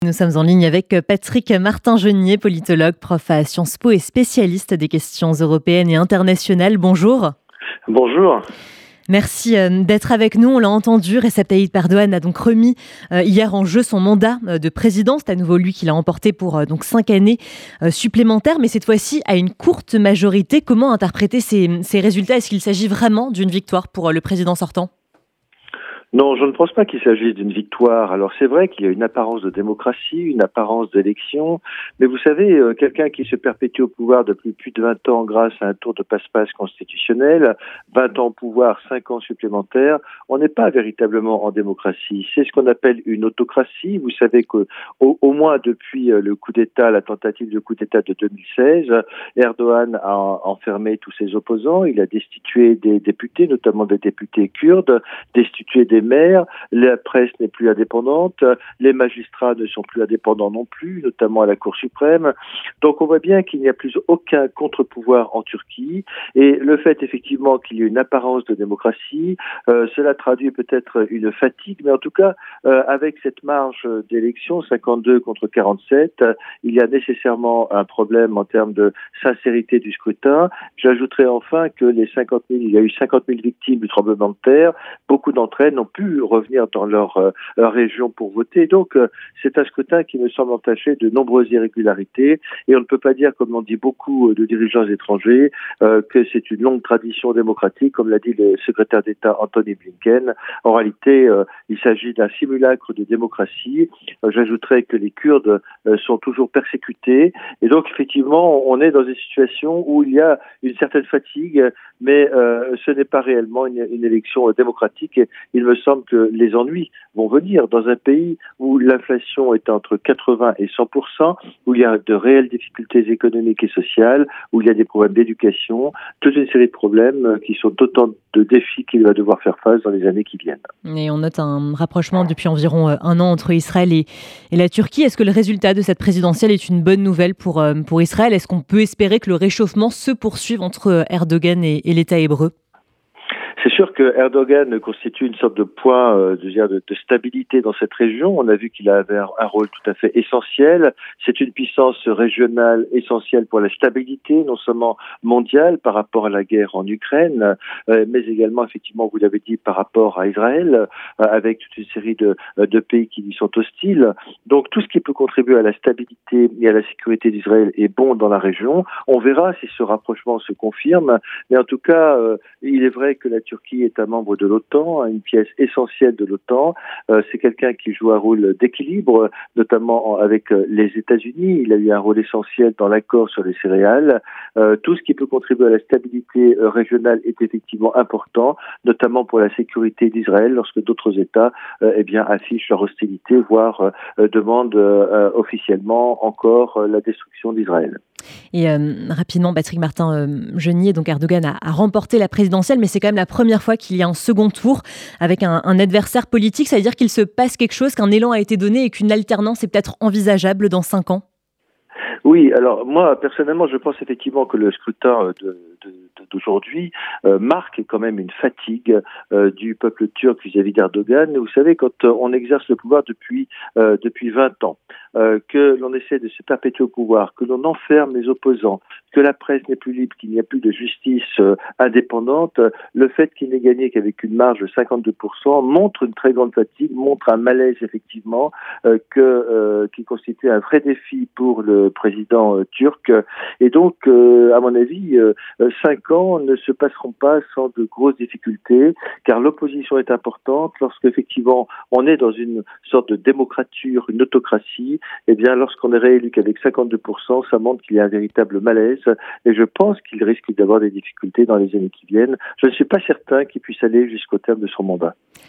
Nous sommes en ligne avec Patrick Martin-Genier, politologue, prof à Sciences Po et spécialiste des questions européennes et internationales. Bonjour. Bonjour. Merci d'être avec nous. On l'a entendu, Recep Tayyip Erdogan a donc remis hier en jeu son mandat de président. C'est à nouveau lui qui l'a emporté pour donc 5 années supplémentaires, mais cette fois-ci à une courte majorité. Comment interpréter ces résultats ? Est-ce qu'il s'agit vraiment d'une victoire pour le président sortant ? Non, je ne pense pas qu'il s'agisse d'une victoire. Alors c'est vrai qu'il y a une apparence de démocratie, une apparence d'élection, mais vous savez, quelqu'un qui se perpétue au pouvoir depuis plus de 20 ans grâce à un tour de passe-passe constitutionnel, 20 ans au pouvoir, 5 ans supplémentaires, on n'est pas véritablement en démocratie. C'est ce qu'on appelle une autocratie. Vous savez que au moins depuis le coup d'État, la tentative de coup d'État de 2016, Erdogan a enfermé tous ses opposants, il a destitué des députés, notamment des députés kurdes, destitué des maires, la presse n'est plus indépendante, les magistrats ne sont plus indépendants non plus, notamment à la Cour suprême. Donc on voit bien qu'il n'y a plus aucun contre-pouvoir en Turquie, et le fait effectivement qu'il y ait une apparence de démocratie, cela traduit peut-être une fatigue, mais en tout cas avec cette marge d'élection, 52 contre 47, il y a nécessairement un problème en termes de sincérité du scrutin. J'ajouterai enfin que il y a eu 50 000 victimes du tremblement de terre, beaucoup d'entre elles n'ont pu revenir dans leur région pour voter. Donc, c'est un scrutin qui me semble entaché de nombreuses irrégularités, et on ne peut pas dire, comme l'ont dit beaucoup de dirigeants étrangers, que c'est une longue tradition démocratique, comme l'a dit le secrétaire d'État Anthony Blinken. En réalité, il s'agit d'un simulacre de démocratie. J'ajouterais que les Kurdes sont toujours persécutés, et donc effectivement, on est dans une situation où il y a une certaine fatigue, mais ce n'est pas réellement une élection démocratique. Et il me semble que les ennuis vont venir dans un pays où l'inflation est entre 80 et 100%, où il y a de réelles difficultés économiques et sociales, où il y a des problèmes d'éducation, toute une série de problèmes qui sont autant de défis qu'il va devoir faire face dans les années qui viennent. Et on note un rapprochement depuis environ un an entre Israël et la Turquie. Est-ce que le résultat de cette présidentielle est une bonne nouvelle pour Israël ? Est-ce qu'on peut espérer que le réchauffement se poursuive entre Erdogan et l'État hébreu ? C'est sûr que Erdogan constitue une sorte de point de stabilité dans cette région. On a vu qu'il avait un rôle tout à fait essentiel. C'est une puissance régionale essentielle pour la stabilité, non seulement mondiale par rapport à la guerre en Ukraine, mais également, effectivement, vous l'avez dit, par rapport à Israël, avec toute une série de pays qui lui sont hostiles. Donc tout ce qui peut contribuer à la stabilité et à la sécurité d'Israël est bon dans la région. On verra si ce rapprochement se confirme, mais en tout cas, il est vrai que la Turquie est un membre de l'OTAN, une pièce essentielle de l'OTAN. C'est quelqu'un qui joue un rôle d'équilibre, notamment avec les États-Unis. Il a eu un rôle essentiel dans l'accord sur les céréales. Tout ce qui peut contribuer à la stabilité régionale est effectivement important, notamment pour la sécurité d'Israël, lorsque d'autres États affichent leur hostilité, voire demandent officiellement encore la destruction d'Israël. Et rapidement, Patrick Martin-Genier, donc Erdogan a remporté la présidentielle, mais c'est quand même la première fois qu'il y a un second tour avec un adversaire politique. Ça veut dire qu'il se passe quelque chose, qu'un élan a été donné et qu'une alternance est peut-être envisageable dans 5 ans ? Oui, alors moi, personnellement, je pense effectivement que le scrutin d'aujourd'hui marque quand même une fatigue du peuple turc vis-à-vis d'Erdogan. Vous savez, quand on exerce le pouvoir depuis 20 ans, que l'on essaie de se perpétuer au pouvoir, que l'on enferme les opposants, que la presse n'est plus libre, qu'il n'y a plus de justice indépendante, le fait qu'il n'ait gagné qu'avec une marge de 52% montre une très grande fatigue, montre un malaise effectivement qui constitue un vrai défi pour le président turc. Et donc, à mon avis, 5 ans ne se passeront pas sans de grosses difficultés, car l'opposition est importante. Lorsqu'effectivement on est dans une sorte de démocrature, une autocratie, eh bien lorsqu'on est réélu qu'avec 52%, ça montre qu'il y a un véritable malaise, et je pense qu'il risque d'avoir des difficultés dans les années qui viennent. Je ne suis pas certain qu'il puisse aller jusqu'au terme de son mandat.